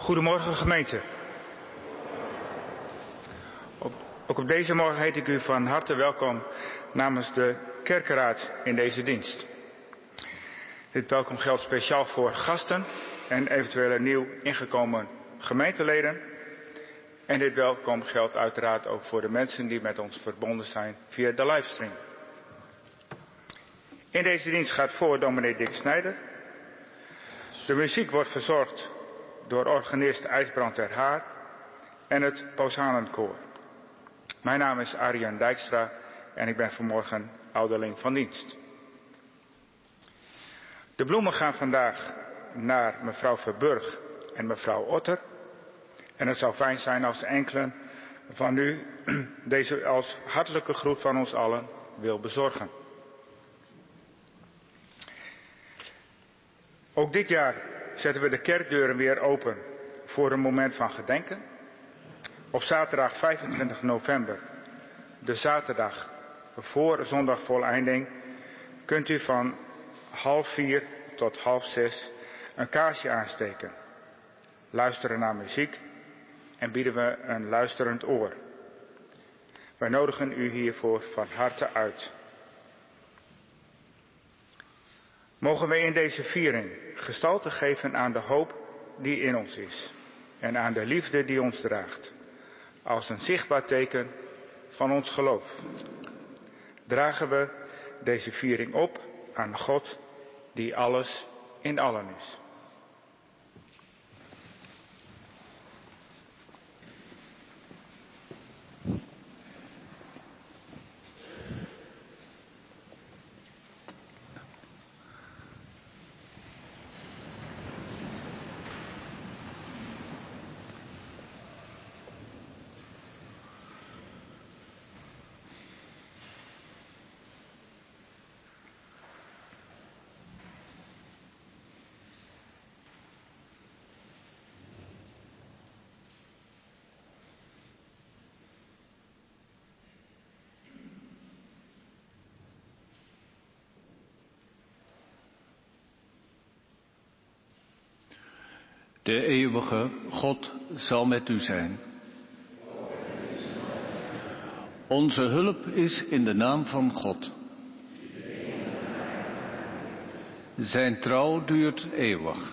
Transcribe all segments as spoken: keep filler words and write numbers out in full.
Goedemorgen gemeente. Op, ook op deze morgen heet ik u van harte welkom namens de kerkenraad in deze dienst. Dit welkom geldt speciaal voor gasten en eventuele nieuw ingekomen gemeenteleden. En dit welkom geldt uiteraard ook voor de mensen die met ons verbonden zijn via de livestream. In deze dienst gaat voor dominee Dick Snijder. De muziek wordt verzorgd door organist IJsbrand ter Haar en het Posaunenkoor. Mijn naam is Arjan Dijkstra en ik ben vanmorgen ouderling van dienst. De bloemen gaan vandaag naar mevrouw Verburg en mevrouw Otter. En het zou fijn zijn als enkelen van u deze als hartelijke groet van ons allen wil bezorgen. Ook dit jaar zetten we de kerkdeuren weer open voor een moment van gedenken. Op zaterdag vijfentwintig november, de zaterdag voor zondag voleinding, kunt u van half vier tot half zes een kaarsje aansteken, luisteren naar muziek en bieden we een luisterend oor. Wij nodigen u hiervoor van harte uit. Mogen wij in deze viering gestalte geven aan de hoop die in ons is en aan de liefde die ons draagt, als een zichtbaar teken van ons geloof. Dragen we deze viering op aan God die alles in allen is. De eeuwige God zal met u zijn. Onze hulp is in de naam van God. Zijn trouw duurt eeuwig.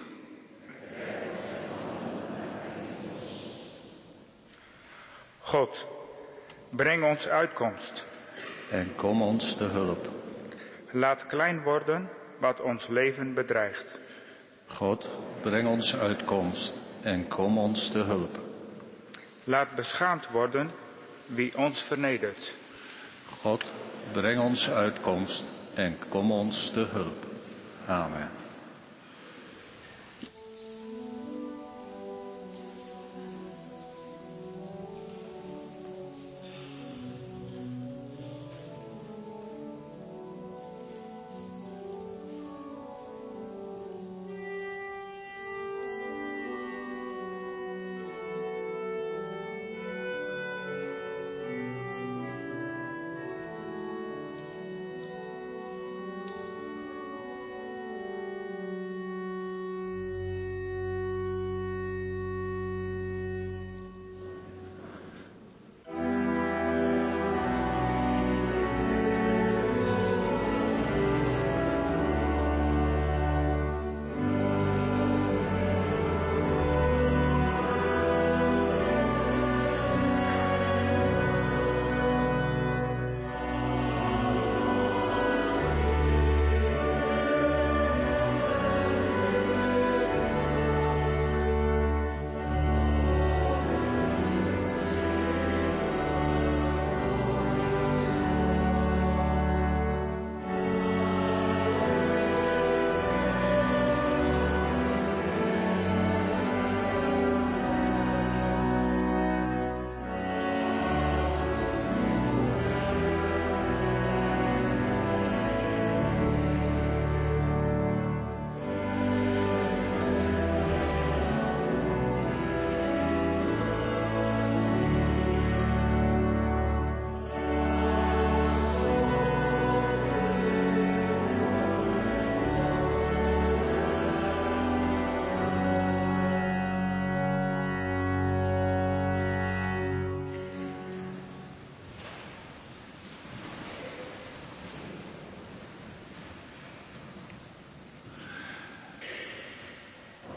God, breng ons uitkomst. En kom ons te hulp. Laat klein worden wat ons leven bedreigt. God, breng ons uitkomst en kom ons te hulp. Laat beschaamd worden wie ons vernedert. God, breng ons uitkomst en kom ons te hulp. Amen.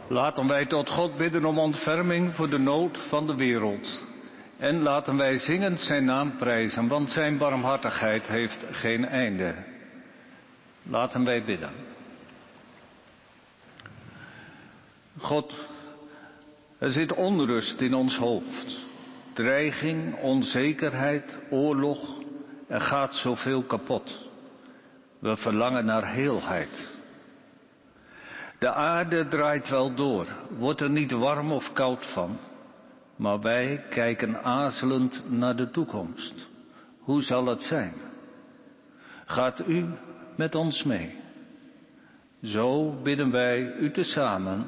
Laten wij tot God bidden om ontferming voor de nood van de wereld. En laten wij zingend zijn naam prijzen, want zijn barmhartigheid heeft geen einde. Laten wij bidden. God, er zit onrust in ons hoofd. Dreiging, onzekerheid, oorlog. Er gaat zoveel kapot. We verlangen naar heelheid. De aarde draait wel door, wordt er niet warm of koud van. Maar wij kijken aarzelend naar de toekomst. Hoe zal het zijn? Gaat u met ons mee? Zo bidden wij u tezamen.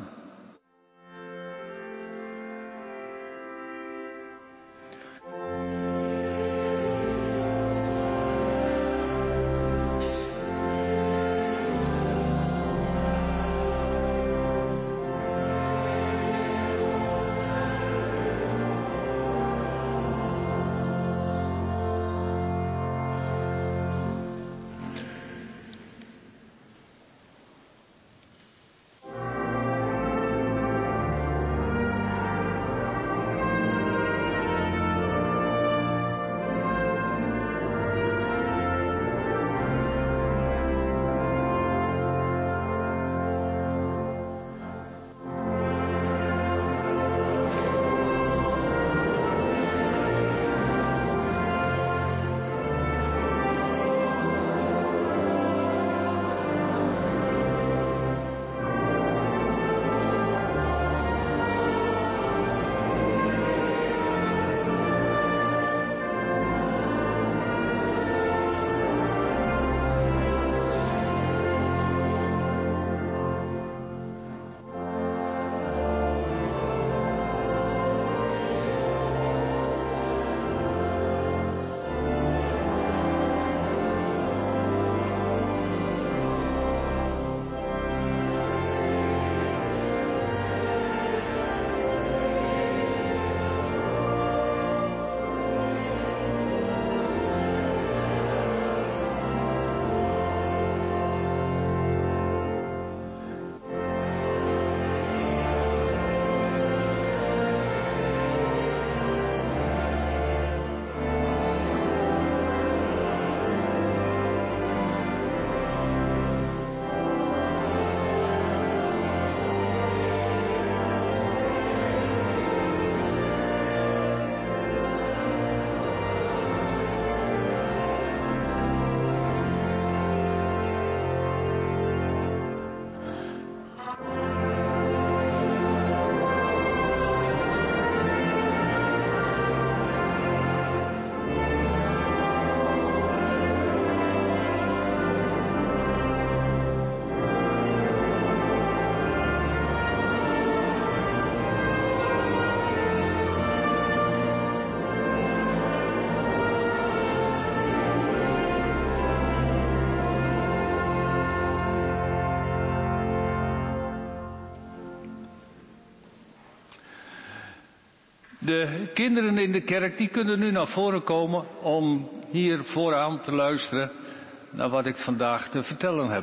De kinderen in de kerk die kunnen nu naar voren komen om hier vooraan te luisteren naar wat ik vandaag te vertellen heb.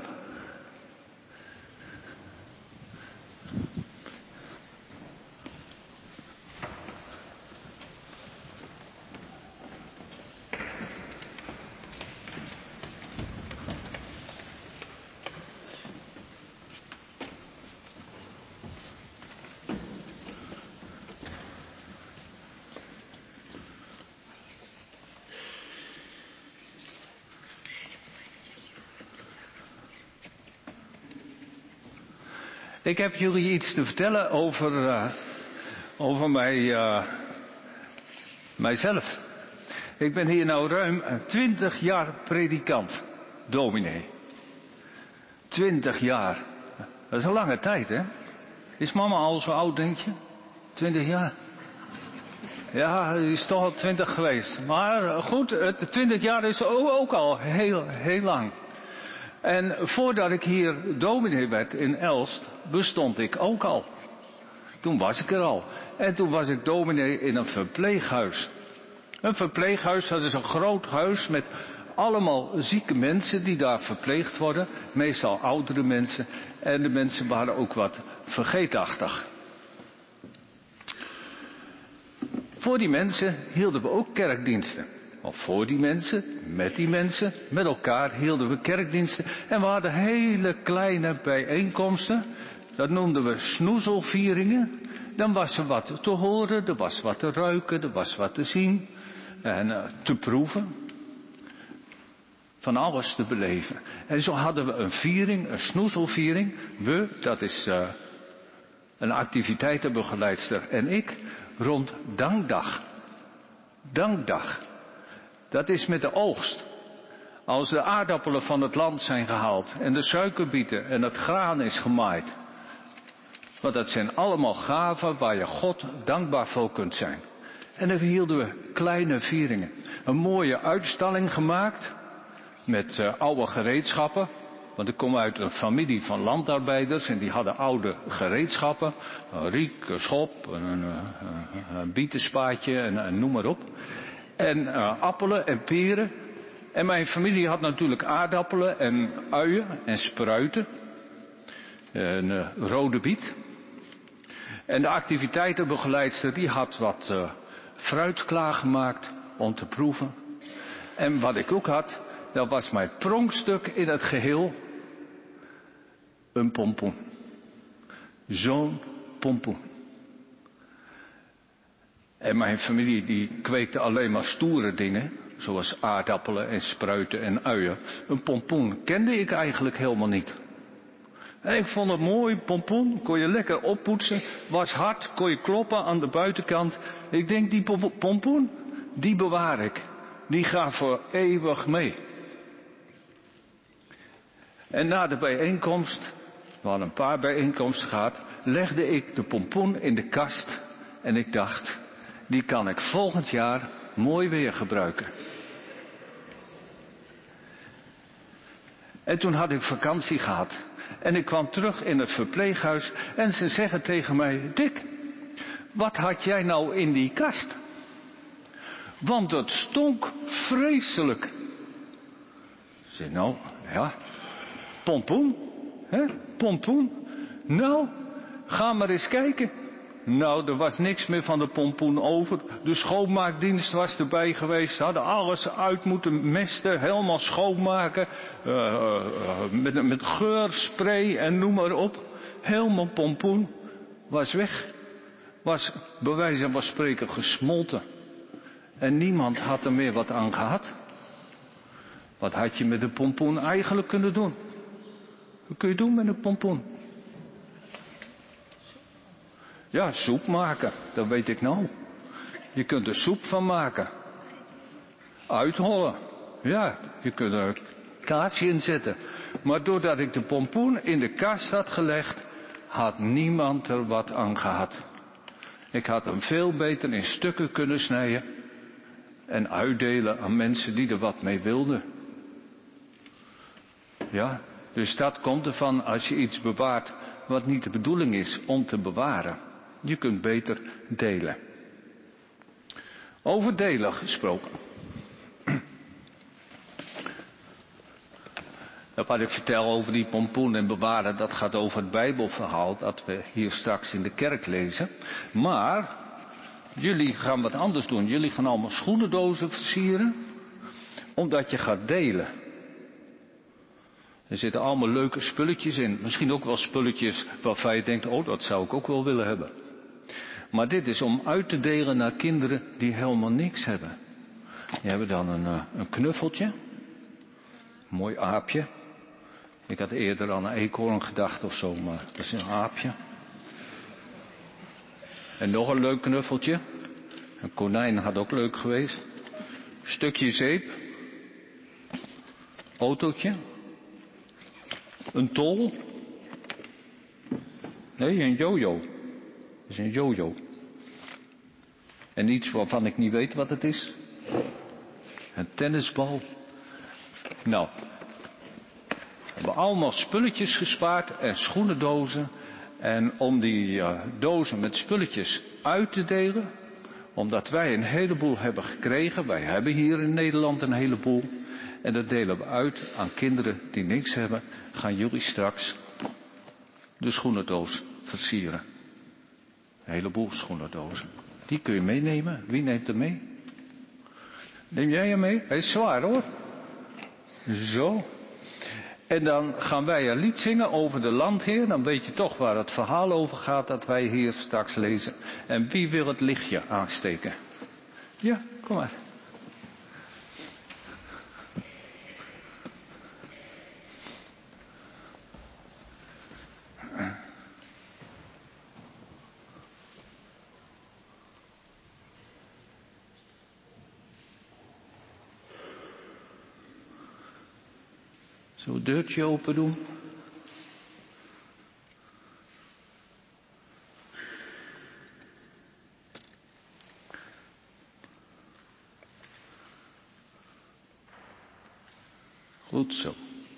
Ik heb jullie iets te vertellen over, uh, over mij, uh, mijzelf. Ik ben hier nou ruim twintig jaar predikant, dominee. Twintig jaar. Dat is een lange tijd, hè? Is mama al zo oud, denk je? Twintig jaar? Ja, die is toch al twintig geweest. Maar goed, twintig jaar is ook al heel, heel lang. En voordat ik hier dominee werd in Elst, bestond ik ook al. Toen was ik er al. En toen was ik dominee in een verpleeghuis. Een verpleeghuis, dat is een groot huis met allemaal zieke mensen die daar verpleegd worden. Meestal oudere mensen. En de mensen waren ook wat vergeetachtig. Voor die mensen hielden we ook kerkdiensten. Of voor die mensen, met die mensen, met elkaar hielden we kerkdiensten. En we hadden hele kleine bijeenkomsten. Dat noemden we snoezelvieringen. Dan was er wat te horen, er was wat te ruiken, er was wat te zien. En uh, te proeven. Van alles te beleven. En zo hadden we een viering, een snoezelviering. We, dat is uh, een activiteitenbegeleidster en ik, rond Dankdag. Dankdag. Dat is met de oogst. Als de aardappelen van het land zijn gehaald en de suikerbieten en het graan is gemaaid. Want dat zijn allemaal gaven waar je God dankbaar voor kunt zijn. En dan hielden we kleine vieringen. Een mooie uitstalling gemaakt met uh, oude gereedschappen. Want ik kom uit een familie van landarbeiders en die hadden oude gereedschappen. Een riek, een schop, een, een, een, een bietenspaatje en, en noem maar op. En uh, appelen en peren. En mijn familie had natuurlijk aardappelen en uien en spruiten. En uh, rode biet. En de activiteitenbegeleidster die had wat uh, fruit klaargemaakt om te proeven. En wat ik ook had, dat was mijn pronkstuk in het geheel. Een pompoen. Zo'n pompoen. En mijn familie die kweekte alleen maar stoere dingen. Zoals aardappelen en spruiten en uien. Een pompoen kende ik eigenlijk helemaal niet. En ik vond het mooi, pompoen, kon je lekker oppoetsen. Was hard, kon je kloppen aan de buitenkant. Ik denk, die pompoen, die bewaar ik. Die gaat voor eeuwig mee. En na de bijeenkomst, we hadden een paar bijeenkomsten gehad, legde ik de pompoen in de kast. En ik dacht, die kan ik volgend jaar mooi weer gebruiken. En toen had ik vakantie gehad. En ik kwam terug in het verpleeghuis en ze zeggen tegen mij, Dick, wat had jij nou in die kast? Want het stonk vreselijk. Ik zei, nou, ja, pompoen, hè, pompoen. Nou, ga maar eens kijken. Nou, er was niks meer van de pompoen over. De schoonmaakdienst was erbij geweest. Ze hadden alles uit moeten mesten, helemaal schoonmaken. Uh, uh, met, met geurspray en noem maar op. Helemaal pompoen was weg. Was bij wijze van spreken gesmolten. En niemand had er meer wat aan gehad. Wat had je met de pompoen eigenlijk kunnen doen? Wat kun je doen met een pompoen? Ja, soep maken, dat weet ik nou. Je kunt er soep van maken. Uithollen. Ja, je kunt er een kaasje in zetten. Maar doordat ik de pompoen in de kast had gelegd, had niemand er wat aan gehad. Ik had hem veel beter in stukken kunnen snijden en uitdelen aan mensen die er wat mee wilden. Ja, dus dat komt ervan als je iets bewaart wat niet de bedoeling is om te bewaren. Je kunt beter delen. Over delen gesproken. Wat ik vertel over die pompoen en bewaren, dat gaat over het Bijbelverhaal dat we hier straks in de kerk lezen. Maar jullie gaan wat anders doen. Jullie gaan allemaal schoenendozen versieren, omdat je gaat delen. Er zitten allemaal leuke spulletjes in. Misschien ook wel spulletjes waarvan je denkt, oh, dat zou ik ook wel willen hebben. Maar dit is om uit te delen naar kinderen die helemaal niks hebben. Die hebben dan een, een knuffeltje. Een mooi aapje. Ik had eerder aan een eekhoorn gedacht of zo, maar dat is een aapje. En nog een leuk knuffeltje. Een konijn had ook leuk geweest. Stukje zeep. Autootje. Een tol. Nee, een jojo. Dat is een jojo. En iets waarvan ik niet weet wat het is. Een tennisbal. Nou. We hebben allemaal spulletjes gespaard en schoenendozen. En om die uh, dozen met spulletjes uit te delen. Omdat wij een heleboel hebben gekregen. Wij hebben hier in Nederland een heleboel. En dat delen we uit aan kinderen die niks hebben. Gaan jullie straks de schoenendoos versieren. Een heleboel schoenendozen. Die kun je meenemen. Wie neemt er mee? Neem jij hem mee? Hij is zwaar hoor. Zo. En dan gaan wij een lied zingen over de landheer. Dan weet je toch waar het verhaal over gaat dat wij hier straks lezen. En wie wil het lichtje aansteken? Ja, kom maar. Zo het deurtje open doen. Goed zo.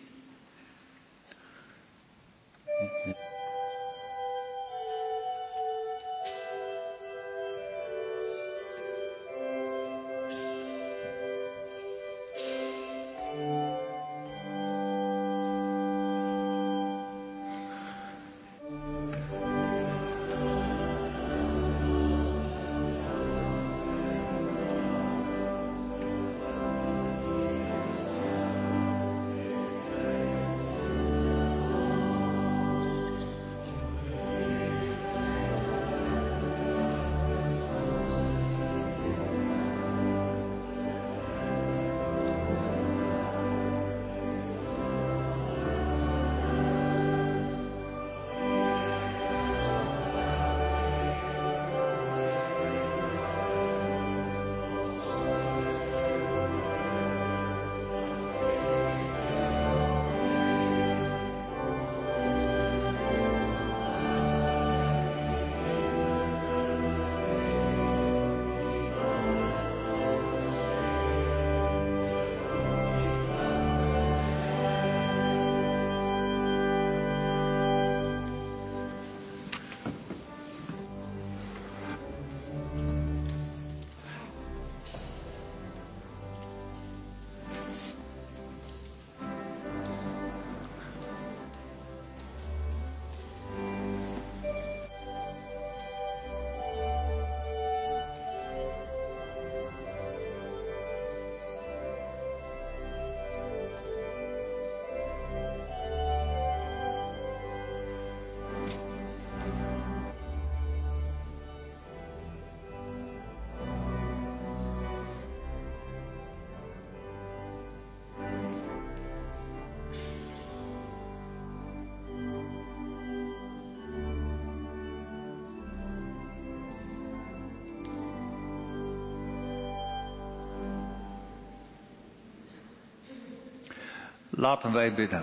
Laten wij bidden.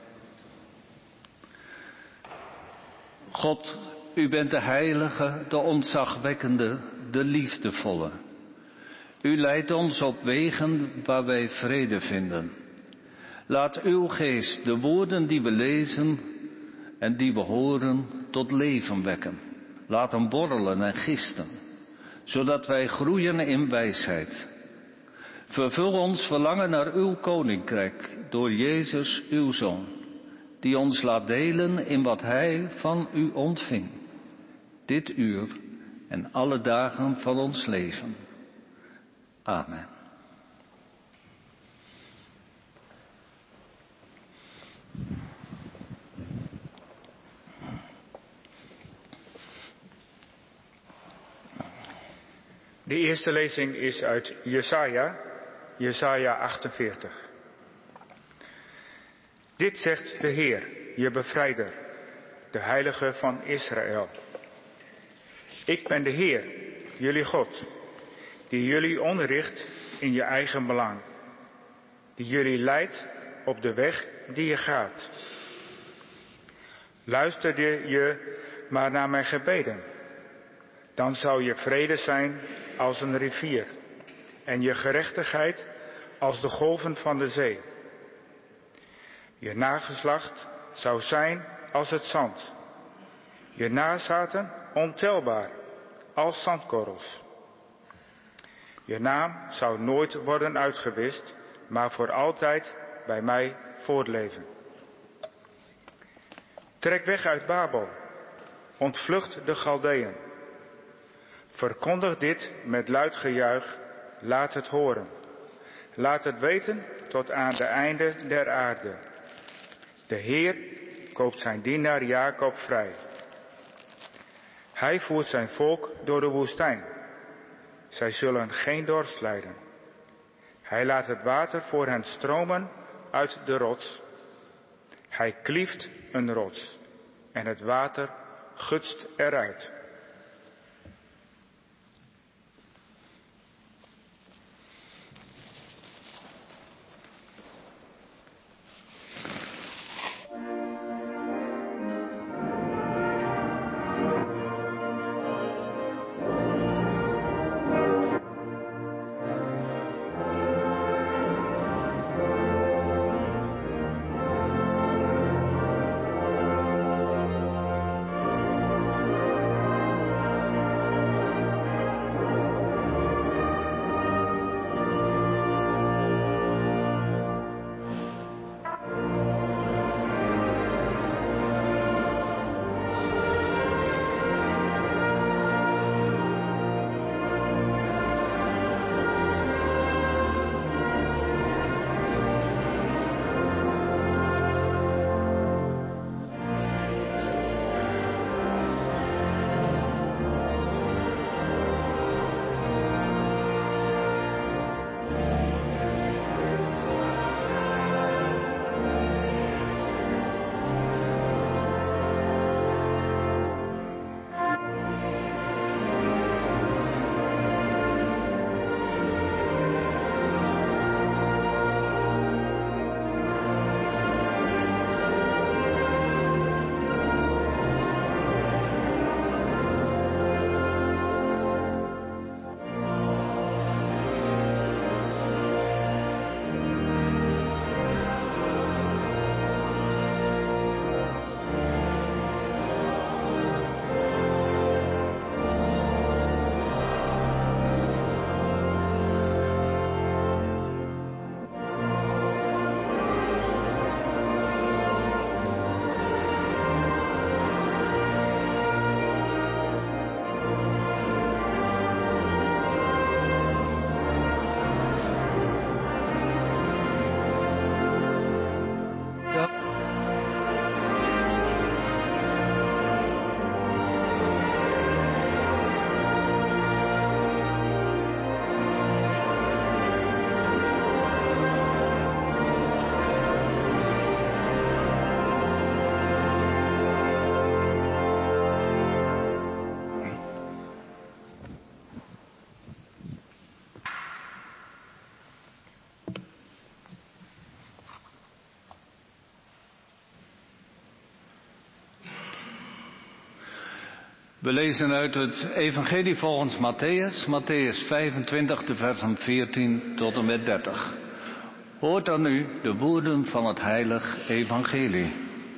God, u bent de heilige, de ontzagwekkende, de liefdevolle. U leidt ons op wegen waar wij vrede vinden. Laat uw geest de woorden die we lezen en die we horen tot leven wekken. Laat hem borrelen en gisten, zodat wij groeien in wijsheid. Vervul ons verlangen naar uw koninkrijk door Jezus, uw Zoon, die ons laat delen in wat hij van u ontving. Dit uur en alle dagen van ons leven. Amen. De eerste lezing is uit Jesaja, Jesaja achtenveertig. Dit zegt de Heer, je bevrijder, de Heilige van Israël. Ik ben de Heer, jullie God, die jullie onderricht in je eigen belang, die jullie leidt op de weg die je gaat. Luisterde je maar naar mijn gebeden, dan zou je vrede zijn als een rivier en je gerechtigheid als de golven van de zee. Je nageslacht zou zijn als het zand, je nazaten ontelbaar als zandkorrels. Je naam zou nooit worden uitgewist maar voor altijd bij mij voortleven. Trek weg uit Babel, ontvlucht de Galdeën. Verkondig dit met luid gejuich, laat het horen. Laat het weten tot aan de einde der aarde. De Heer koopt zijn dienaar Jacob vrij. Hij voert zijn volk door de woestijn. Zij zullen geen dorst lijden. Hij laat het water voor hen stromen uit de rots. Hij klieft een rots en het water gutst eruit. We lezen uit het Evangelie volgens Matthäus, Matthäus vijfentwintig, de versen veertien tot en met dertig. Hoort dan nu de woorden van het heilig Evangelie.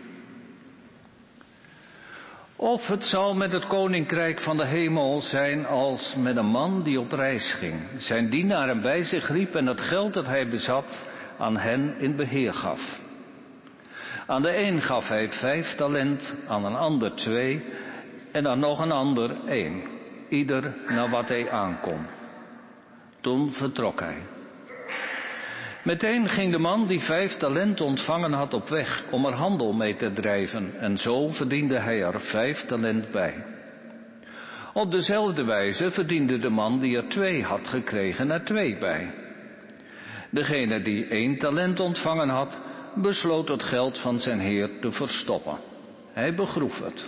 Of het zal met het koninkrijk van de hemel zijn als met een man die op reis ging, zijn dienaren bij zich riep en het geld dat hij bezat aan hen in beheer gaf. Aan de een gaf hij vijf talent, aan een ander twee en aan nog een ander één, ieder naar wat hij aankon. Toen vertrok hij. Meteen ging de man die vijf talenten ontvangen had op weg om er handel mee te drijven en zo verdiende hij er vijf talent bij. Op dezelfde wijze verdiende de man die er twee had gekregen er twee bij. Degene die één talent ontvangen had, besloot het geld van zijn heer te verstoppen. Hij begroef het.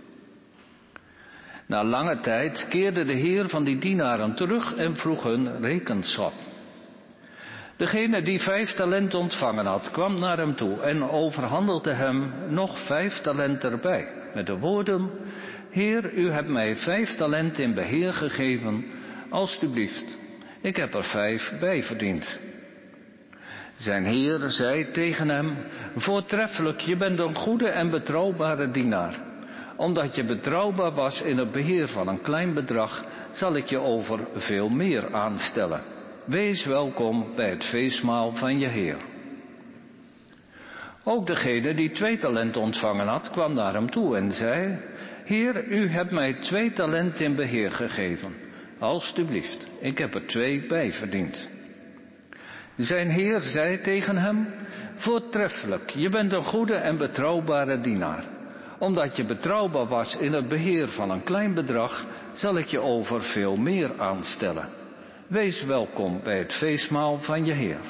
Na lange tijd keerde de heer van die dienaren terug en vroeg hun rekenschap. Degene die vijf talenten ontvangen had, kwam naar hem toe en overhandigde hem nog vijf talenten erbij, met de woorden: Heer, u hebt mij vijf talenten in beheer gegeven, alstublieft, ik heb er vijf bij verdiend. Zijn heer zei tegen hem: Voortreffelijk, je bent een goede en betrouwbare dienaar. Omdat je betrouwbaar was in het beheer van een klein bedrag, zal ik je over veel meer aanstellen. wees welkom bij het feestmaal van je Heer. Ook degene die twee talenten ontvangen had, kwam naar hem toe en zei: Heer, u hebt mij twee talenten in beheer gegeven. Alsjeblieft, ik heb er twee bij verdiend. Zijn Heer zei tegen hem: Voortreffelijk, je bent een goede en betrouwbare dienaar. Omdat je betrouwbaar was in het beheer van een klein bedrag, zal ik je over veel meer aanstellen. Wees welkom bij het feestmaal van je Heer.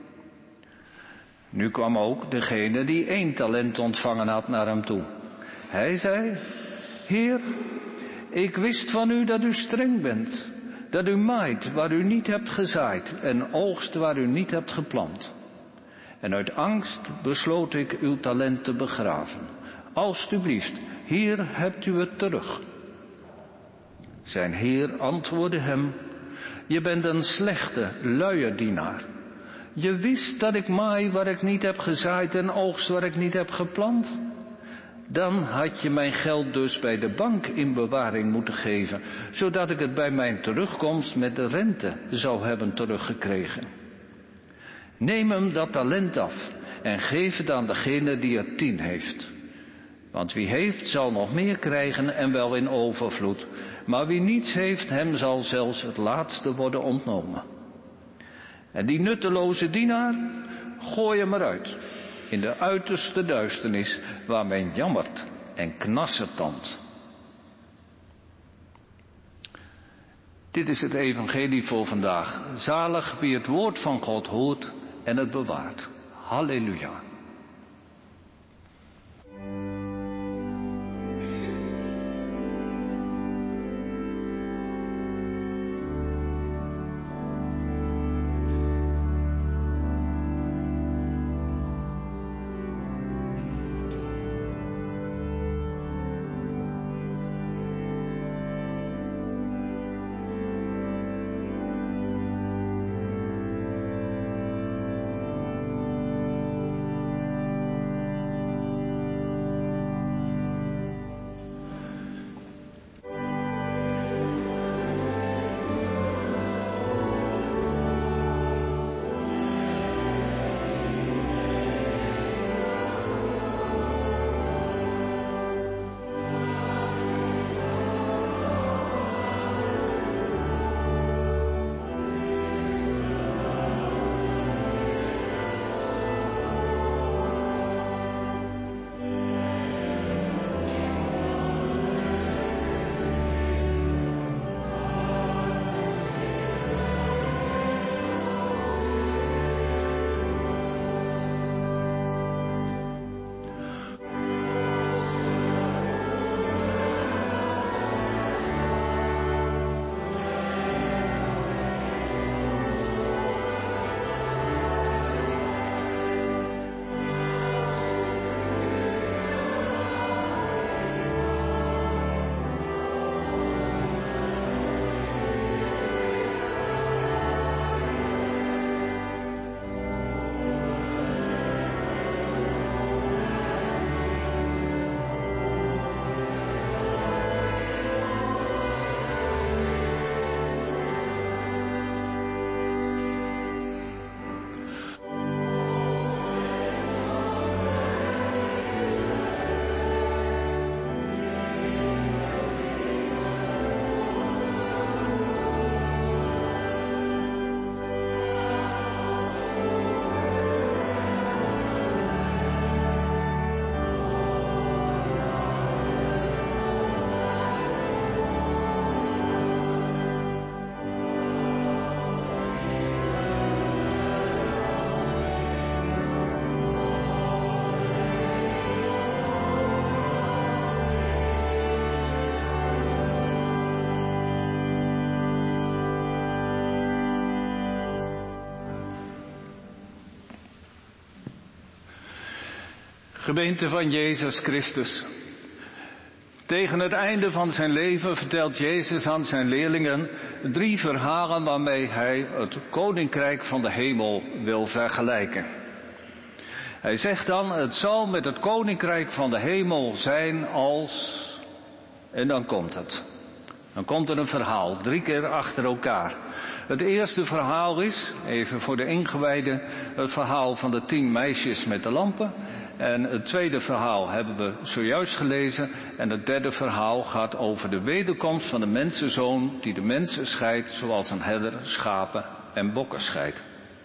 Nu kwam ook degene die één talent ontvangen had naar hem toe. Hij zei: Heer, ik wist van u dat u streng bent, dat u maait waar u niet hebt gezaaid en oogst waar u niet hebt geplant. En uit angst besloot ik uw talent te begraven. Alsjeblieft, hier hebt u het terug. Zijn Heer antwoordde hem: Je bent een slechte, luie dienaar. Je wist dat ik maai waar ik niet heb gezaaid en oogst waar ik niet heb geplant. Dan had je mijn geld dus bij de bank in bewaring moeten geven, zodat ik het bij mijn terugkomst met de rente zou hebben teruggekregen. Neem hem dat talent af en geef het aan degene die er tien heeft. Want wie heeft zal nog meer krijgen en wel in overvloed. Maar wie niets heeft, hem zal zelfs het laatste worden ontnomen. En die nutteloze dienaar, gooi hem eruit. In de uiterste duisternis, waar men jammert en knarsetandt. Dit is het evangelie voor vandaag. Zalig wie het woord van God hoort en het bewaart. Halleluja. Gemeente van Jezus Christus. Tegen het einde van zijn leven vertelt Jezus aan zijn leerlingen drie verhalen waarmee hij het koninkrijk van de hemel wil vergelijken. Hij zegt dan: het zal met het koninkrijk van de hemel zijn als... En dan komt het. Dan komt er een verhaal, drie keer achter elkaar. Het eerste verhaal is, even voor de ingewijden, het verhaal van de tien meisjes met de lampen. En het tweede verhaal hebben we zojuist gelezen. En het derde verhaal gaat over de wederkomst van de mensenzoon die de mensen scheidt zoals een herder schapen en bokken scheidt.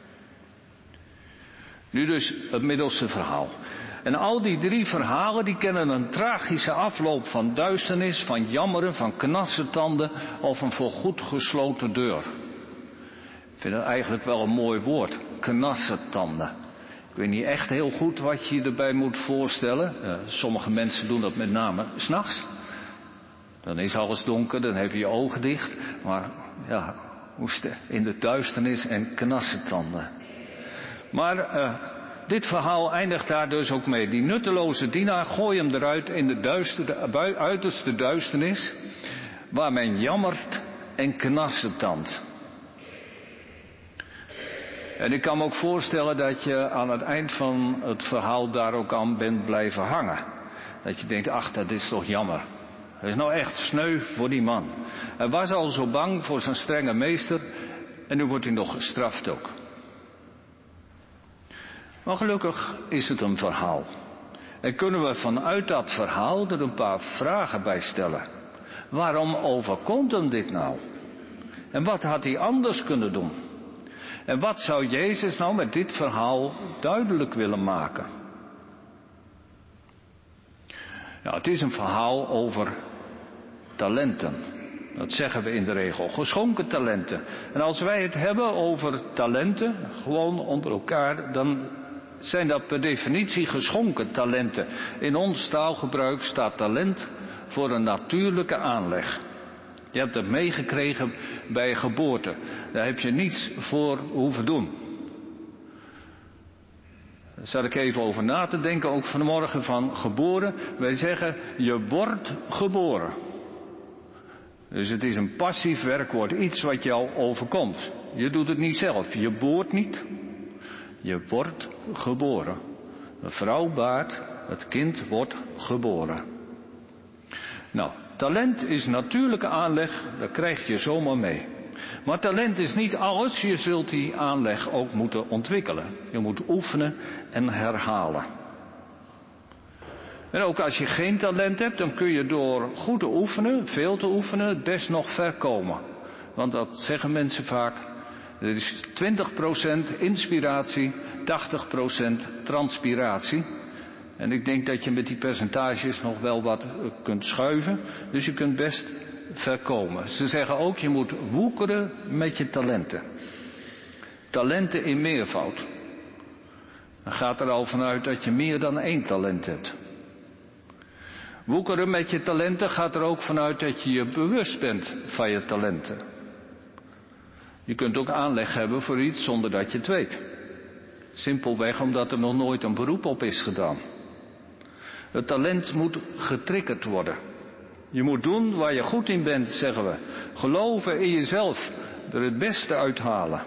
Nu dus het middelste verhaal. En al die drie verhalen die kennen een tragische afloop van duisternis, van jammeren, van knarsetanden of een voorgoed gesloten deur. Ik vind het eigenlijk wel een mooi woord, knarsetanden. Ik weet niet echt heel goed wat je je erbij moet voorstellen. Uh, sommige mensen doen dat met name 's nachts. Dan is alles donker, dan heb je je ogen dicht. Maar ja, in de duisternis en knarsetanden. Maar uh, dit verhaal eindigt daar dus ook mee. Die nutteloze dienaar, gooi hem eruit in de duister, uiterste duisternis, waar men jammert en knarsetandt. En ik kan me ook voorstellen dat je aan het eind van het verhaal daar ook aan bent blijven hangen. Dat je denkt, ach, dat is toch jammer. Dat is nou echt sneu voor die man. Hij was al zo bang voor zijn strenge meester en nu wordt hij nog gestraft ook. Maar gelukkig is het een verhaal. En kunnen we vanuit dat verhaal er een paar vragen bij stellen. Waarom overkomt hem dit nou? En wat had hij anders kunnen doen? En wat zou Jezus nou met dit verhaal duidelijk willen maken? Nou, het is een verhaal over talenten. Dat zeggen we in de regel, geschonken talenten. En als wij het hebben over talenten, gewoon onder elkaar, dan zijn dat per definitie geschonken talenten. In ons taalgebruik staat talent voor een natuurlijke aanleg. Je hebt het meegekregen bij geboorte. Daar heb je niets voor hoeven doen. Daar zat ik even over na te denken, ook vanmorgen van geboren. Wij zeggen, je wordt geboren. Dus het is een passief werkwoord, iets wat jou overkomt. Je doet het niet zelf, je boort niet. Je wordt geboren. Een vrouw baart, het kind wordt geboren. Nou, talent is natuurlijke aanleg, dat krijg je zomaar mee. Maar talent is niet alles, je zult die aanleg ook moeten ontwikkelen. Je moet oefenen en herhalen. En ook als je geen talent hebt, dan kun je door goed te oefenen, veel te oefenen, best nog ver komen. Want dat zeggen mensen vaak, er is twintig procent inspiratie, tachtig procent transpiratie. En ik denk dat je met die percentages nog wel wat kunt schuiven. Dus je kunt best ver komen. Ze zeggen ook, je moet woekeren met je talenten. Talenten in meervoud. Dan gaat er al vanuit dat je meer dan één talent hebt. Woekeren met je talenten gaat er ook vanuit dat je je bewust bent van je talenten. Je kunt ook aanleg hebben voor iets zonder dat je het weet. Simpelweg omdat er nog nooit een beroep op is gedaan. Het talent moet getriggerd worden. Je moet doen waar je goed in bent, zeggen we. Geloven in jezelf, er het beste uithalen.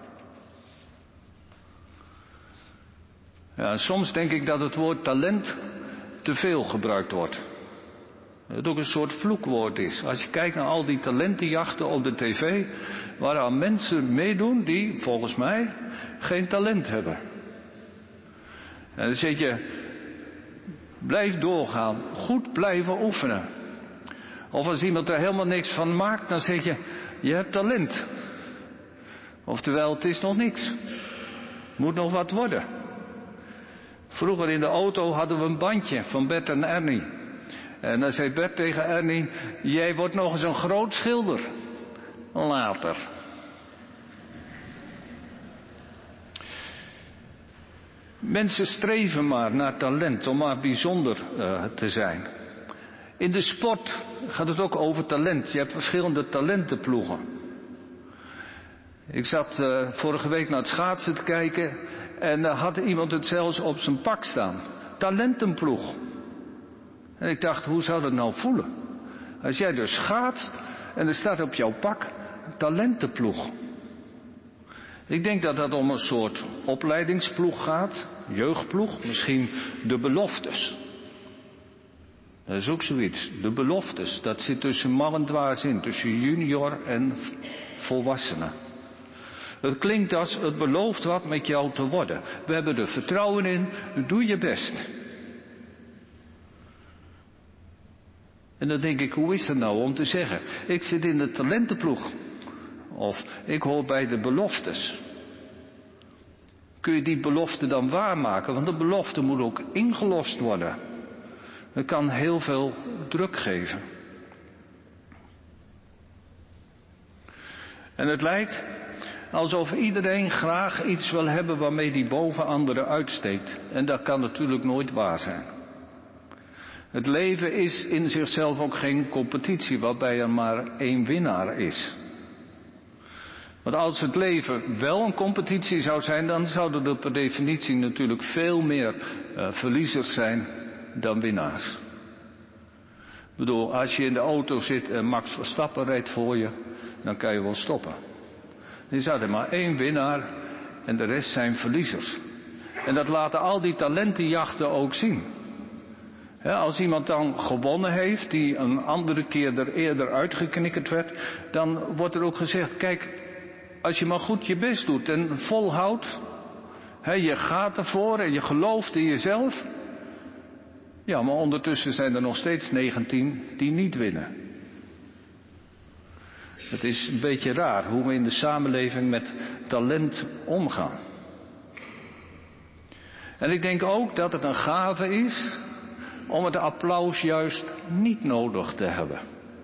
Ja, soms denk ik dat het woord talent te veel gebruikt wordt. Dat het ook een soort vloekwoord is. Als je kijkt naar al die talentenjachten op de tv, waaraan mensen meedoen die, volgens mij, geen talent hebben. En dan zeg je, blijf doorgaan, goed blijven oefenen. Of als iemand er helemaal niks van maakt, dan zeg je, je hebt talent. Oftewel, het is nog niks. Moet nog wat worden. Vroeger in de auto hadden we een bandje van Bert en Ernie. En dan zei Bert tegen Ernie, jij wordt nog eens een groot schilder. Later. Mensen streven maar naar talent, om maar bijzonder uh, te zijn. In de sport gaat het ook over talent. Je hebt verschillende talentenploegen. Ik zat uh, vorige week naar het schaatsen te kijken en uh, had iemand het zelfs op zijn pak staan. Talentenploeg. En ik dacht, hoe zou dat nou voelen? Als jij dus schaatst en er staat op jouw pak talentenploeg. Ik denk dat dat om een soort opleidingsploeg gaat, jeugdploeg, misschien de beloftes. Dat is ook zoiets. De beloftes, dat zit tussen man en dwaas in, tussen junior en volwassenen. Het klinkt als, het belooft wat met jou te worden. We hebben er vertrouwen in, doe je best. En dan denk ik, hoe is dat nou om te zeggen, ik zit in de talentenploeg. Of ik hoor bij de beloftes. Kun je die belofte dan waarmaken? Want de belofte moet ook ingelost worden. Het kan heel veel druk geven. En het lijkt alsof iedereen graag iets wil hebben waarmee die boven anderen uitsteekt. En dat kan natuurlijk nooit waar zijn. Het leven is in zichzelf ook geen competitie waarbij er maar één winnaar is. Want als het leven wel een competitie zou zijn, dan zouden er per definitie natuurlijk veel meer uh, verliezers zijn dan winnaars. Ik bedoel, als je in de auto zit en Max Verstappen rijdt voor je, dan kan je wel stoppen. Er is er maar één winnaar en de rest zijn verliezers. En dat laten al die talentenjachten ook zien. Ja, als iemand dan gewonnen heeft, die een andere keer er eerder uitgeknikkerd werd, dan wordt er ook gezegd, kijk, als je maar goed je best doet en volhoudt, hè, je gaat ervoor en je gelooft in jezelf. Ja, maar ondertussen zijn er nog steeds negentien die niet winnen. Het is een beetje raar hoe we in de samenleving met talent omgaan. En ik denk ook dat het een gave is om het applaus juist niet nodig te hebben.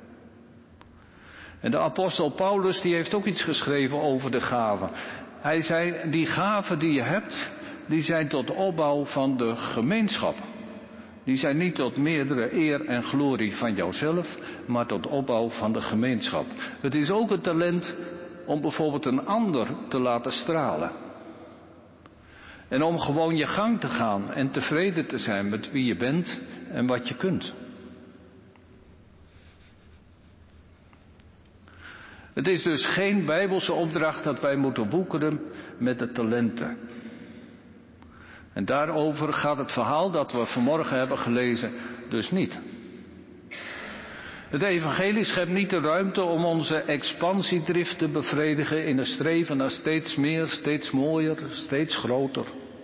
En de apostel Paulus die heeft ook iets geschreven over de gaven. Hij zei, die gaven die je hebt, die zijn tot opbouw van de gemeenschap. Die zijn niet tot meerdere eer en glorie van jouzelf, maar tot opbouw van de gemeenschap. Het is ook een talent om bijvoorbeeld een ander te laten stralen. En om gewoon je gang te gaan en tevreden te zijn met wie je bent en wat je kunt. Het is dus geen bijbelse opdracht dat wij moeten woekeren met de talenten. En daarover gaat het verhaal dat we vanmorgen hebben gelezen dus niet. Het evangelie schept niet de ruimte om onze expansiedrift te bevredigen in een streven naar steeds meer, steeds mooier, steeds groter.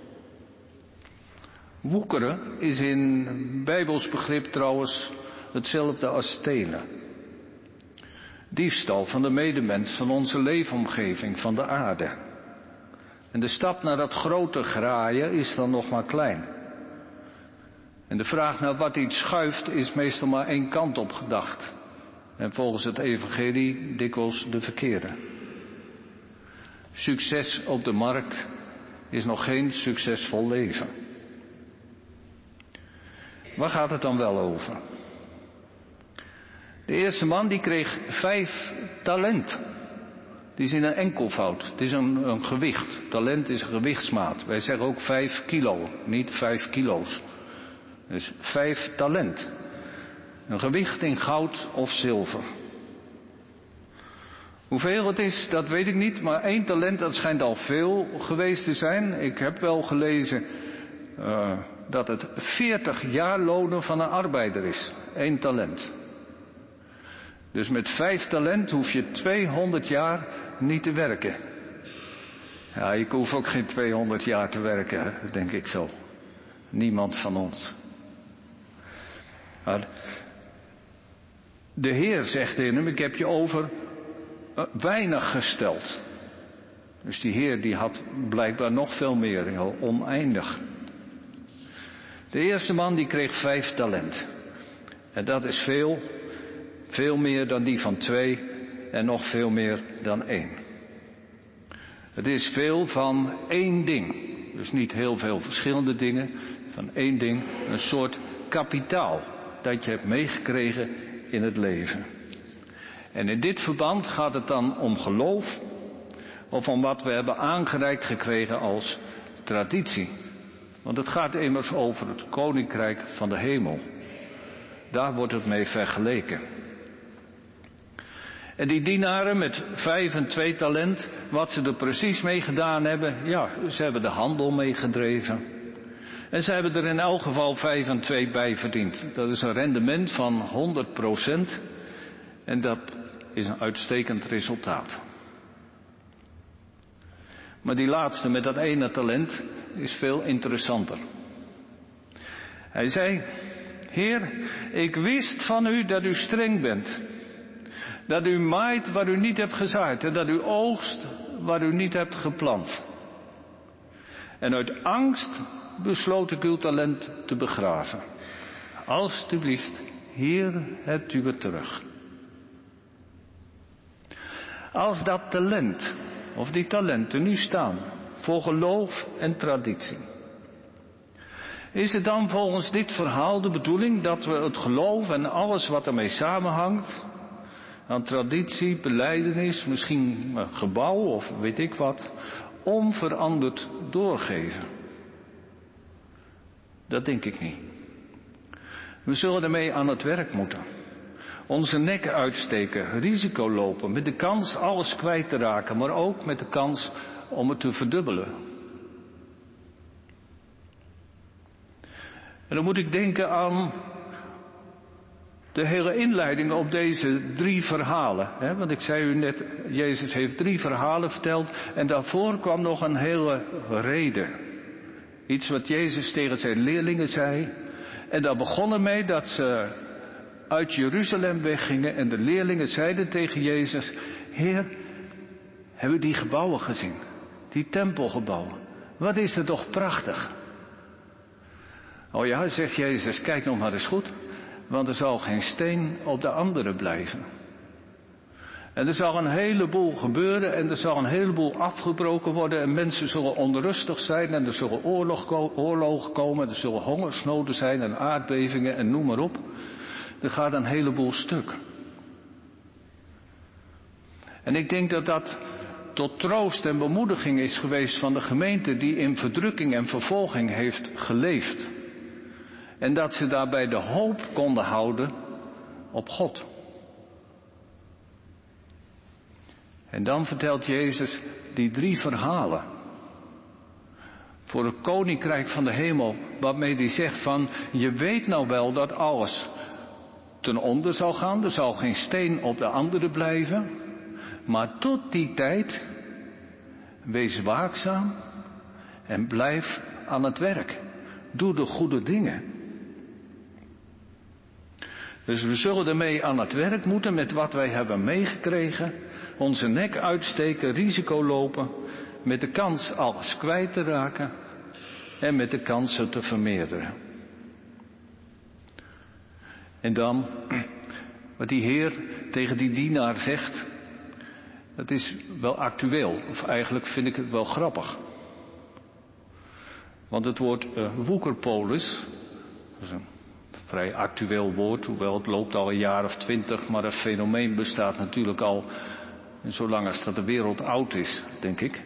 Woekeren is in bijbels begrip trouwens hetzelfde als stelen. Diefstal van de medemens, van onze leefomgeving, van de aarde. En de stap naar dat grote graaien is dan nog maar klein. En de vraag naar wat iets schuift is meestal maar één kant op gedacht. En volgens het evangelie dikwijls de verkeerde. Succes op de markt is nog geen succesvol leven. Waar gaat het dan wel over? De eerste man die kreeg vijf talent. Die is in een enkelvoud. Het is een, een gewicht. Talent is een gewichtsmaat. Wij zeggen ook vijf kilo, niet vijf kilo's. Dus vijf talent. Een gewicht in goud of zilver. Hoeveel het is, dat weet ik niet. Maar één talent, dat schijnt al veel geweest te zijn. Ik heb wel gelezen uh, dat het veertig jaarlonen van een arbeider is. Eén talent. Dus met vijf talent hoef je tweehonderd jaar niet te werken. Ja, ik hoef ook geen tweehonderd jaar te werken, denk ik zo. Niemand van ons. Maar de Heer zegt in hem, ik heb je over uh, weinig gesteld. Dus die Heer die had blijkbaar nog veel meer, heel oneindig. De eerste man die kreeg vijf talent. En dat is veel. Veel meer dan die van twee en nog veel meer dan één. Het is veel van één ding. Dus niet heel veel verschillende dingen. Van één ding, een soort kapitaal dat je hebt meegekregen in het leven. En in dit verband gaat het dan om geloof of om wat we hebben aangereikt gekregen als traditie. Want het gaat immers over het koninkrijk van de hemel. Daar wordt het mee vergeleken. En die dienaren met vijf en twee talent, wat ze er precies mee gedaan hebben, ja, ze hebben de handel meegedreven. En ze hebben er in elk geval vijf en twee bij verdiend. Dat is een rendement van honderd procent. En dat is een uitstekend resultaat. Maar die laatste met dat ene talent is veel interessanter. Hij zei: Heer, ik wist van u dat u streng bent. Dat u maait waar u niet hebt gezaaid. En dat u oogst waar u niet hebt geplant. En uit angst besloot ik uw talent te begraven. Alsjeblieft, Heer, hebt u het terug. Als dat talent, of die talenten nu staan, voor geloof en traditie, is het dan volgens dit verhaal de bedoeling dat we het geloof en alles wat ermee samenhangt, aan traditie, belijdenis, misschien een gebouw of weet ik wat, onveranderd doorgeven? Dat denk ik niet. We zullen ermee aan het werk moeten. Onze nek uitsteken, risico lopen, met de kans alles kwijt te raken, maar ook met de kans om het te verdubbelen. En dan moet ik denken aan de hele inleiding op deze drie verhalen. Hè? Want ik zei u net, Jezus heeft drie verhalen verteld en daarvoor kwam nog een hele reden. Iets wat Jezus tegen zijn leerlingen zei. En daar begon ermee dat ze uit Jeruzalem weggingen en de leerlingen zeiden tegen Jezus: Heer, hebben we die gebouwen gezien? Die tempelgebouwen. Wat is er toch prachtig? Oh ja, zegt Jezus, kijk nog maar eens goed. Want er zal geen steen op de andere blijven. En er zal een heleboel gebeuren en er zal een heleboel afgebroken worden en mensen zullen onrustig zijn en er zullen oorlog, oorlogen komen, er zullen hongersnoden zijn en aardbevingen en noem maar op. Er gaat een heleboel stuk. En ik denk dat dat tot troost en bemoediging is geweest van de gemeente die in verdrukking en vervolging heeft geleefd. En dat ze daarbij de hoop konden houden op God. En dan vertelt Jezus die drie verhalen. Voor het koninkrijk van de hemel, waarmee hij zegt van, je weet nou wel dat alles ten onder zal gaan. Er zal geen steen op de andere blijven. Maar tot die tijd, wees waakzaam en blijf aan het werk. Doe de goede dingen. Dus we zullen ermee aan het werk moeten met wat wij hebben meegekregen. Onze nek uitsteken, risico lopen. Met de kans alles kwijt te raken. En met de kans het te vermeerderen. En dan, wat die Heer tegen die dienaar zegt. Dat is wel actueel. Of eigenlijk vind ik het wel grappig. Want het woord uh, woekerpolis. Dat is een vrij actueel woord, hoewel het loopt al een jaar of twintig, maar het fenomeen bestaat natuurlijk al zolang als dat de wereld oud is, denk ik.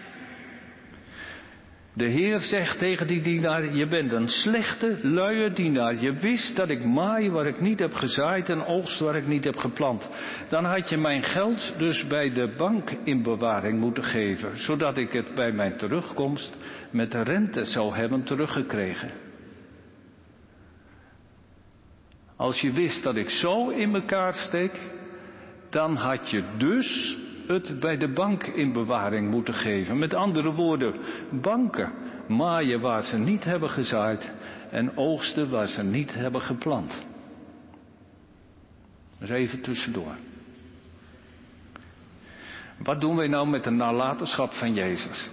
De Heer zegt tegen die dienaar, je bent een slechte, luie dienaar. Je wist dat ik maai waar ik niet heb gezaaid en oogst waar ik niet heb geplant. Dan had je mijn geld dus bij de bank in bewaring moeten geven, zodat ik het bij mijn terugkomst met de rente zou hebben teruggekregen. Als je wist dat ik zo in elkaar steek, dan had je dus het bij de bank in bewaring moeten geven. Met andere woorden, banken maaien waar ze niet hebben gezaaid en oogsten waar ze niet hebben geplant. Dus even tussendoor. Wat doen wij nou met de nalatenschap van Jezus?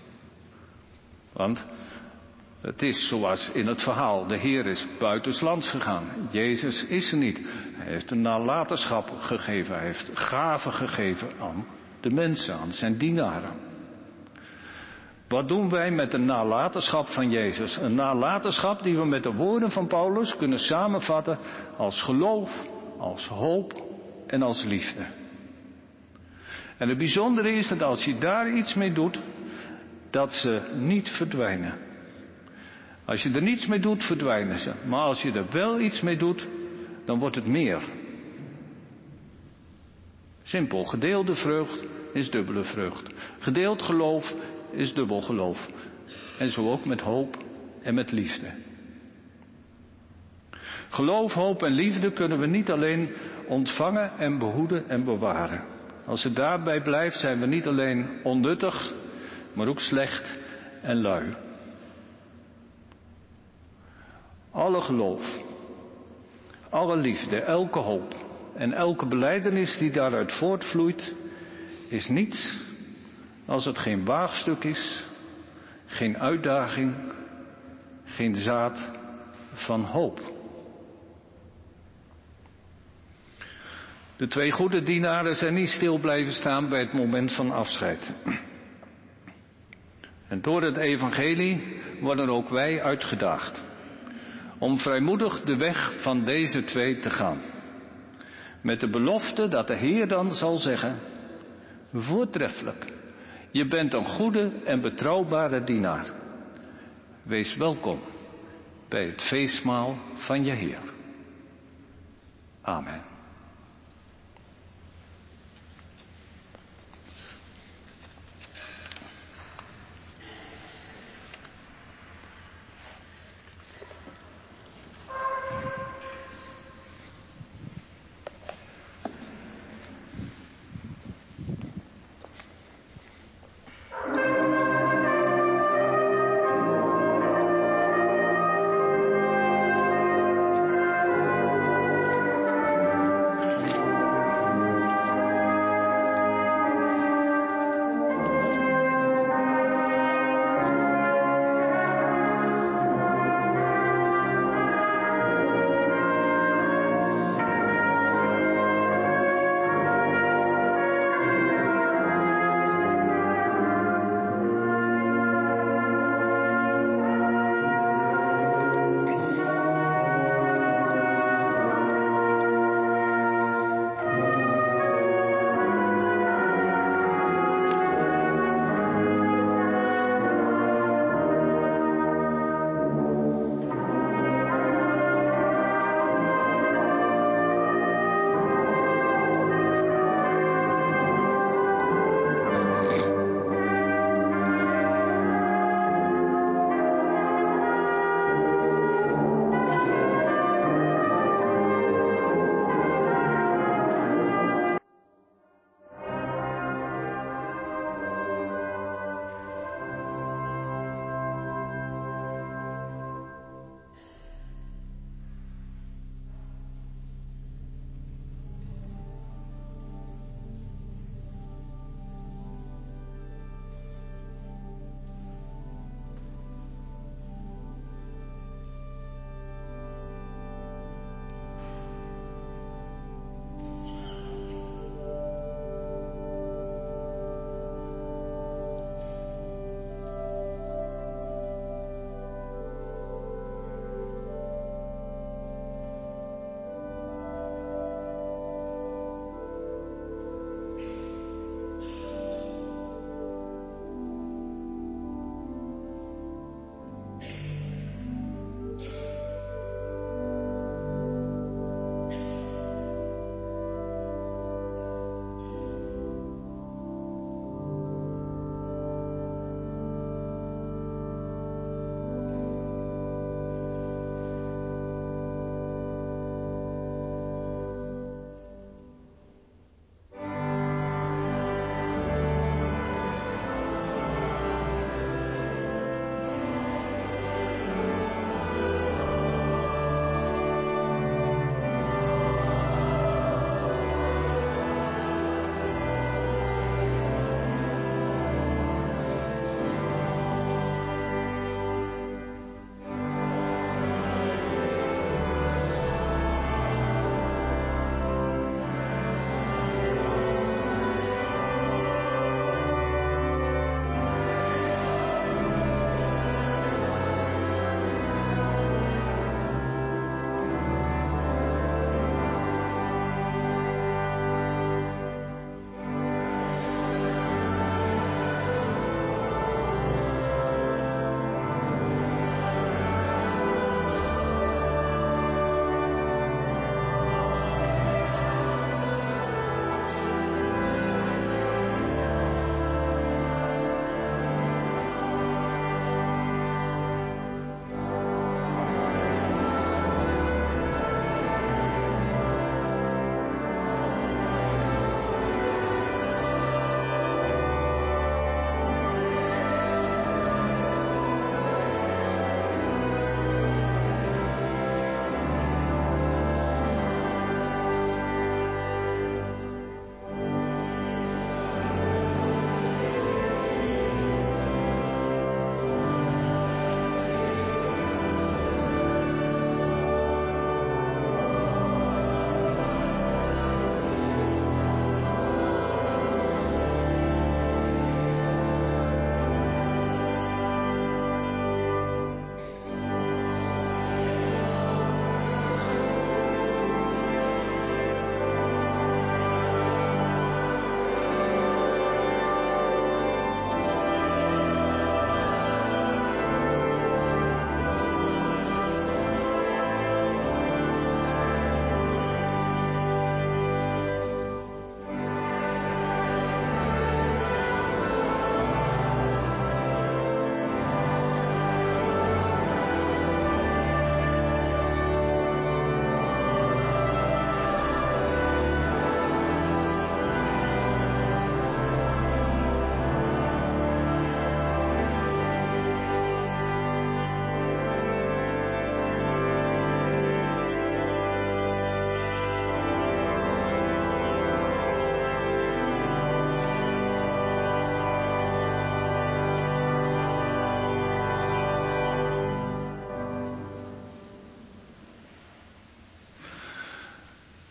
Want het is zoals in het verhaal, de Heer is buitenslands gegaan. Jezus is er niet. Hij heeft een nalatenschap gegeven, hij heeft gaven gegeven aan de mensen, aan zijn dienaren. Wat doen wij met de nalatenschap van Jezus? Een nalatenschap die we met de woorden van Paulus kunnen samenvatten als geloof, als hoop en als liefde. En het bijzondere is dat als je daar iets mee doet, dat ze niet verdwijnen. Als je er niets mee doet, verdwijnen ze. Maar als je er wel iets mee doet, dan wordt het meer. Simpel, gedeelde vreugd is dubbele vreugd. Gedeeld geloof is dubbel geloof. En zo ook met hoop en met liefde. Geloof, hoop en liefde kunnen we niet alleen ontvangen en behoeden en bewaren. Als het daarbij blijft, zijn we niet alleen onnuttig, maar ook slecht en lui. Alle geloof, alle liefde, elke hoop en elke belijdenis die daaruit voortvloeit, is niets als het geen waagstuk is, geen uitdaging, geen zaad van hoop. De twee goede dienaren zijn niet stil blijven staan bij het moment van afscheid. En door het evangelie worden ook wij uitgedaagd om vrijmoedig de weg van deze twee te gaan. Met de belofte dat de Heer dan zal zeggen: voortreffelijk, je bent een goede en betrouwbare dienaar. Wees welkom bij het feestmaal van je Heer. Amen.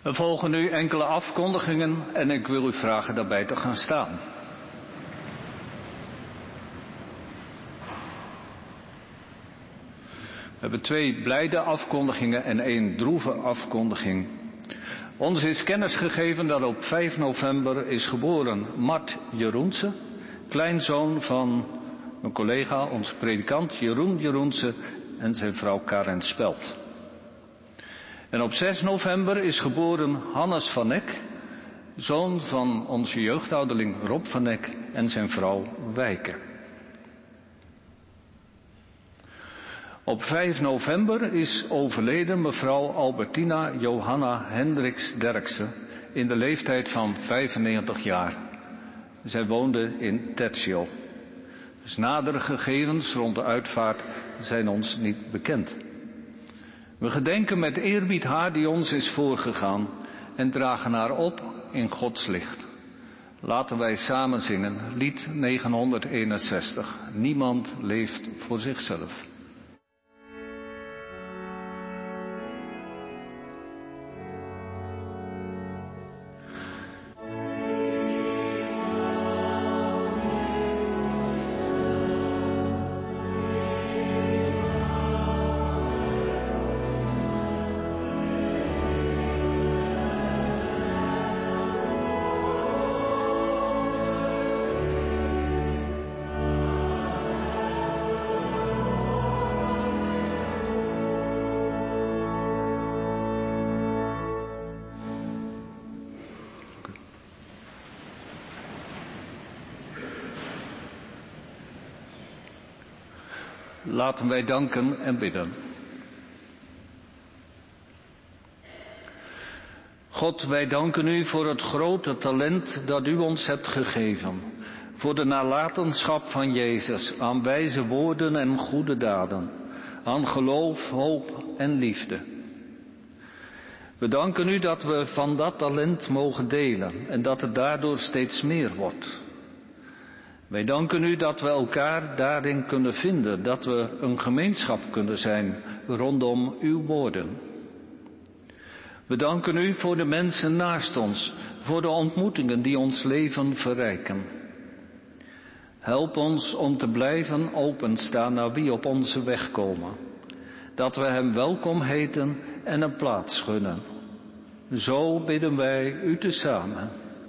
Er volgen nu enkele afkondigingen en ik wil u vragen daarbij te gaan staan. We hebben twee blijde afkondigingen en één droeve afkondiging. Ons is kennis gegeven dat op vijf november is geboren Mart Jeroense, kleinzoon van een collega, onze predikant Jeroen Jeroense en zijn vrouw Karen Spelt. En op zes november is geboren Hannes van Eck, zoon van onze jeugdouderling Rob van Eck en zijn vrouw Wijke. Op vijf november is overleden mevrouw Albertina Johanna Hendricks Derksen in de leeftijd van vijfennegentig jaar. Zij woonde in Tertio. Dus nadere gegevens rond de uitvaart zijn ons niet bekend. We gedenken met eerbied haar die ons is voorgegaan en dragen haar op in Gods licht. Laten wij samen zingen, lied negenhonderdeenenzestig. Niemand leeft voor zichzelf. Laten wij danken en bidden. God, wij danken u voor het grote talent dat u ons hebt gegeven. Voor de nalatenschap van Jezus aan wijze woorden en goede daden. Aan geloof, hoop en liefde. We danken u dat we van dat talent mogen delen en dat het daardoor steeds meer wordt. Wij danken u dat we elkaar daarin kunnen vinden, dat we een gemeenschap kunnen zijn rondom uw woorden. We danken u voor de mensen naast ons, voor de ontmoetingen die ons leven verrijken. Help ons om te blijven openstaan naar wie op onze weg komen, dat we hem welkom heten en een plaats gunnen. Zo bidden wij u tezamen.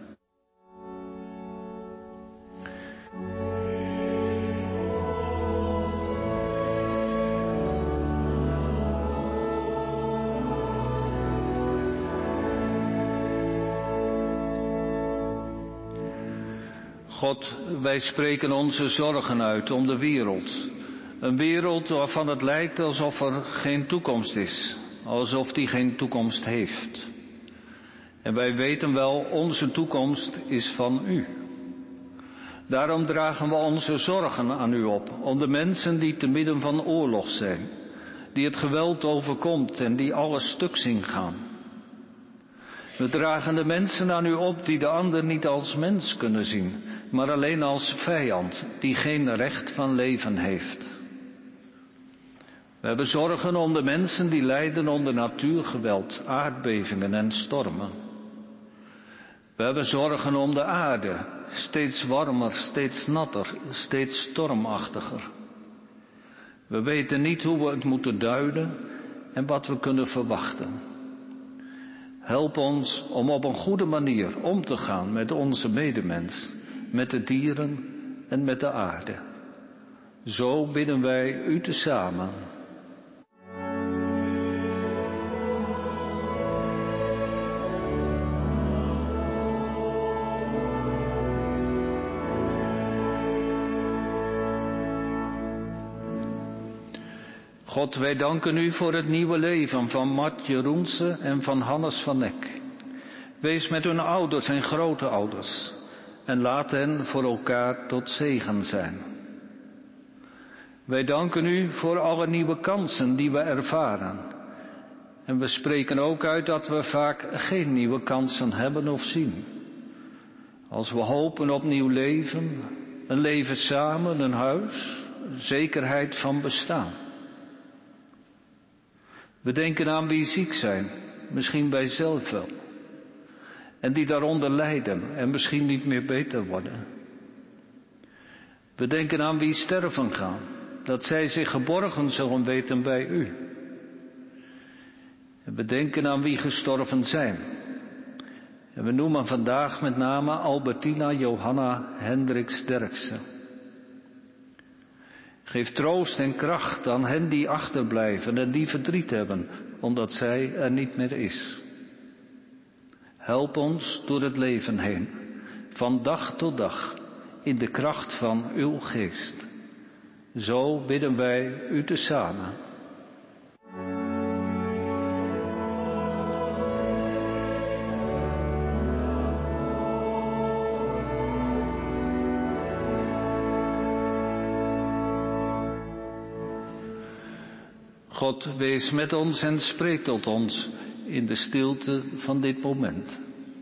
God, wij spreken onze zorgen uit om de wereld. Een wereld waarvan het lijkt alsof er geen toekomst is, alsof die geen toekomst heeft. En wij weten wel, onze toekomst is van u. Daarom dragen we onze zorgen aan u op, om de mensen die te midden van oorlog zijn, die het geweld overkomt en die alles stuk zien gaan. We dragen de mensen aan u op die de ander niet als mens kunnen zien, maar alleen als vijand, die geen recht van leven heeft. We hebben zorgen om de mensen die lijden onder natuurgeweld, aardbevingen en stormen. We hebben zorgen om de aarde, steeds warmer, steeds natter, steeds stormachtiger. We weten niet hoe we het moeten duiden en wat we kunnen verwachten. Help ons om op een goede manier om te gaan met onze medemens, met de dieren en met de aarde. Zo bidden wij u tezamen. God, wij danken u voor het nieuwe leven van Mart Jeroense en van Hannes van Eck. Wees met hun ouders en grootouders en laat hen voor elkaar tot zegen zijn. Wij danken u voor alle nieuwe kansen die we ervaren. En we spreken ook uit dat we vaak geen nieuwe kansen hebben of zien. Als we hopen op nieuw leven, een leven samen, een huis, zekerheid van bestaan. We denken aan wie ziek zijn, misschien wij zelf wel. en die daaronder lijden en misschien niet meer beter worden. We denken aan wie sterven gaan, dat zij zich geborgen zullen weten bij u. En we denken aan wie gestorven zijn. En we noemen vandaag met name Albertina Johanna Hendricks Derksen. Geef troost en kracht aan hen die achterblijven en die verdriet hebben, omdat zij er niet meer is. Help ons door het leven heen, van dag tot dag, in de kracht van uw geest. Zo bidden wij u tezamen. God, wees met ons en spreek tot ons in de stilte van dit moment.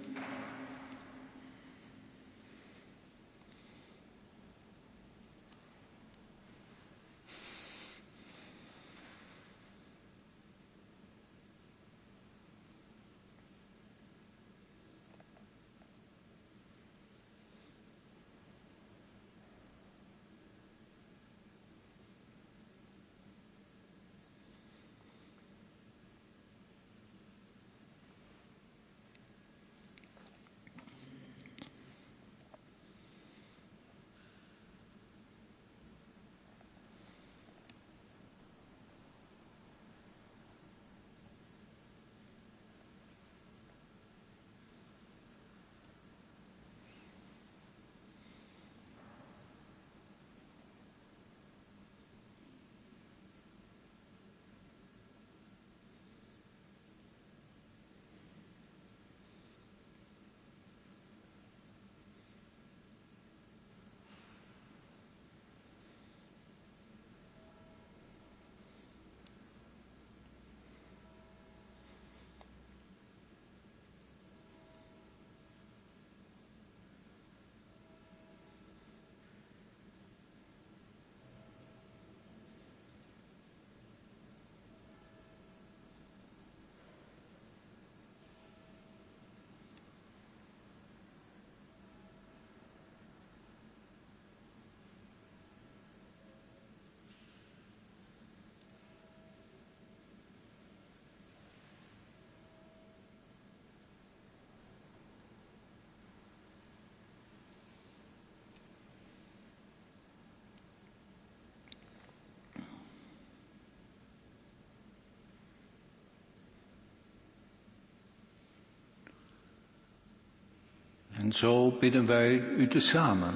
En zo bidden wij u tezamen.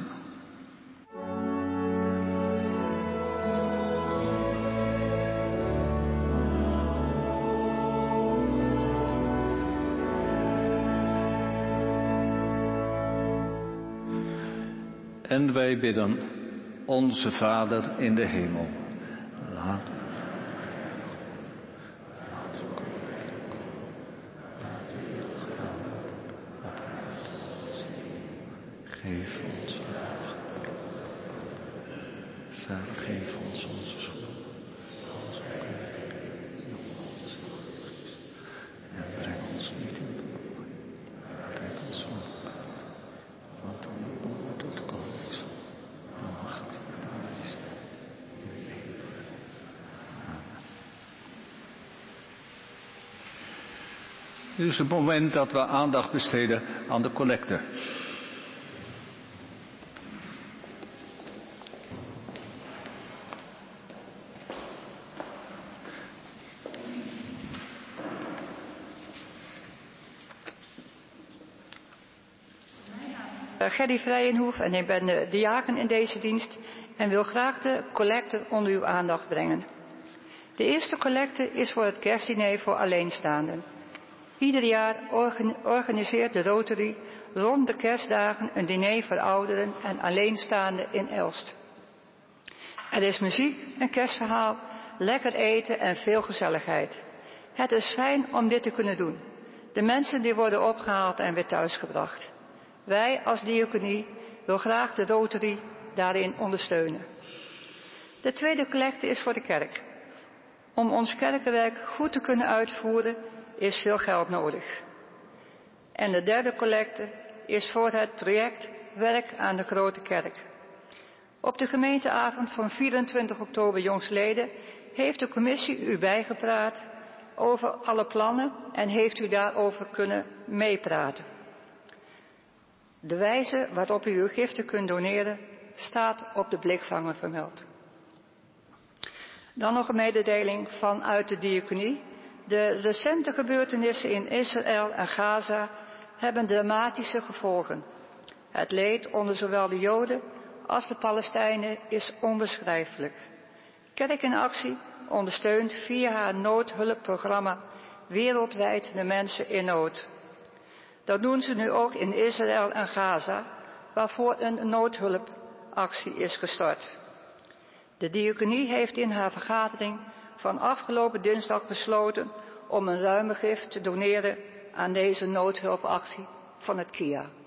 En wij bidden, onze Vader in de hemel, laat Geef ons vandaag. Vergeef ons onze schuld. Ons ook en breng ons niet in verzoeking. Red ons van want aan u behoort het koningschap, de macht en de majesteit in eeuwigheid. Amen. Nu is het moment dat we aandacht besteden aan de collecte. Gerdy Vrijenhoef en ik ben de diaken in deze dienst en wil graag de collecte onder uw aandacht brengen. De eerste collecte is voor het kerstdiner voor alleenstaanden. Ieder jaar organiseert de Rotary rond de kerstdagen een diner voor ouderen en alleenstaanden in Elst. Er is muziek, een kerstverhaal, lekker eten en veel gezelligheid. Het is fijn om dit te kunnen doen. De mensen die worden opgehaald en weer thuisgebracht. Wij als diaconie wil graag de Rotary daarin ondersteunen. De tweede collecte is voor de kerk. Om ons kerkenwerk goed te kunnen uitvoeren is veel geld nodig. En de derde collecte is voor het project Werk aan de Grote Kerk. Op de gemeenteavond van vierentwintig oktober jongstleden heeft de commissie u bijgepraat over alle plannen en heeft u daarover kunnen meepraten. De wijze waarop u uw giften kunt doneren staat op de blikvanger vermeld. Dan nog een mededeling vanuit de diaconie. De recente gebeurtenissen in Israël en Gaza hebben dramatische gevolgen. Het leed onder zowel de Joden als de Palestijnen is onbeschrijfelijk. Kerk in Actie ondersteunt via haar noodhulpprogramma wereldwijd de mensen in nood. Dat doen ze nu ook in Israël en Gaza, waarvoor een noodhulpactie is gestart. De diaconie heeft in haar vergadering van afgelopen dinsdag besloten om een ruime gift te doneren aan deze noodhulpactie van het K I A.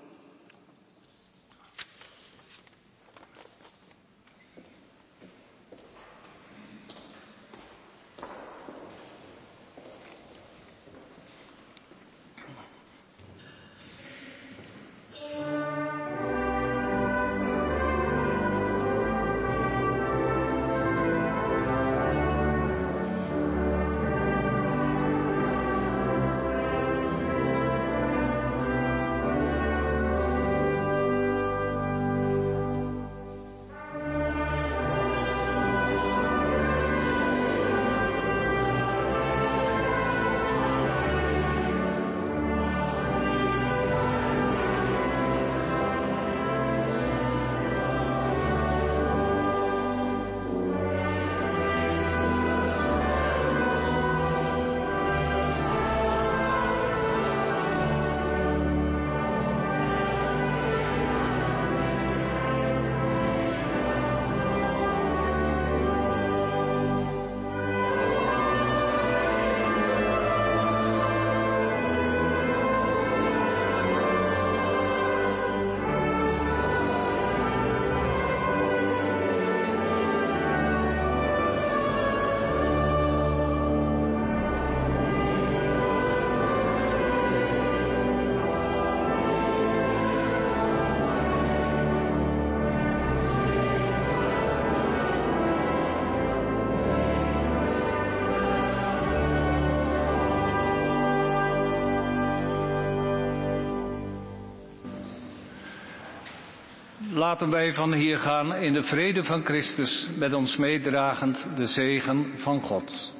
Laten wij van hier gaan in de vrede van Christus, met ons meedragend de zegen van God.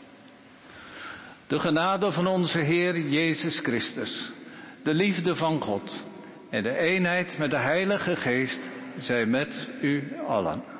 De genade van onze Heer Jezus Christus, de liefde van God en de eenheid met de Heilige Geest zij met u allen.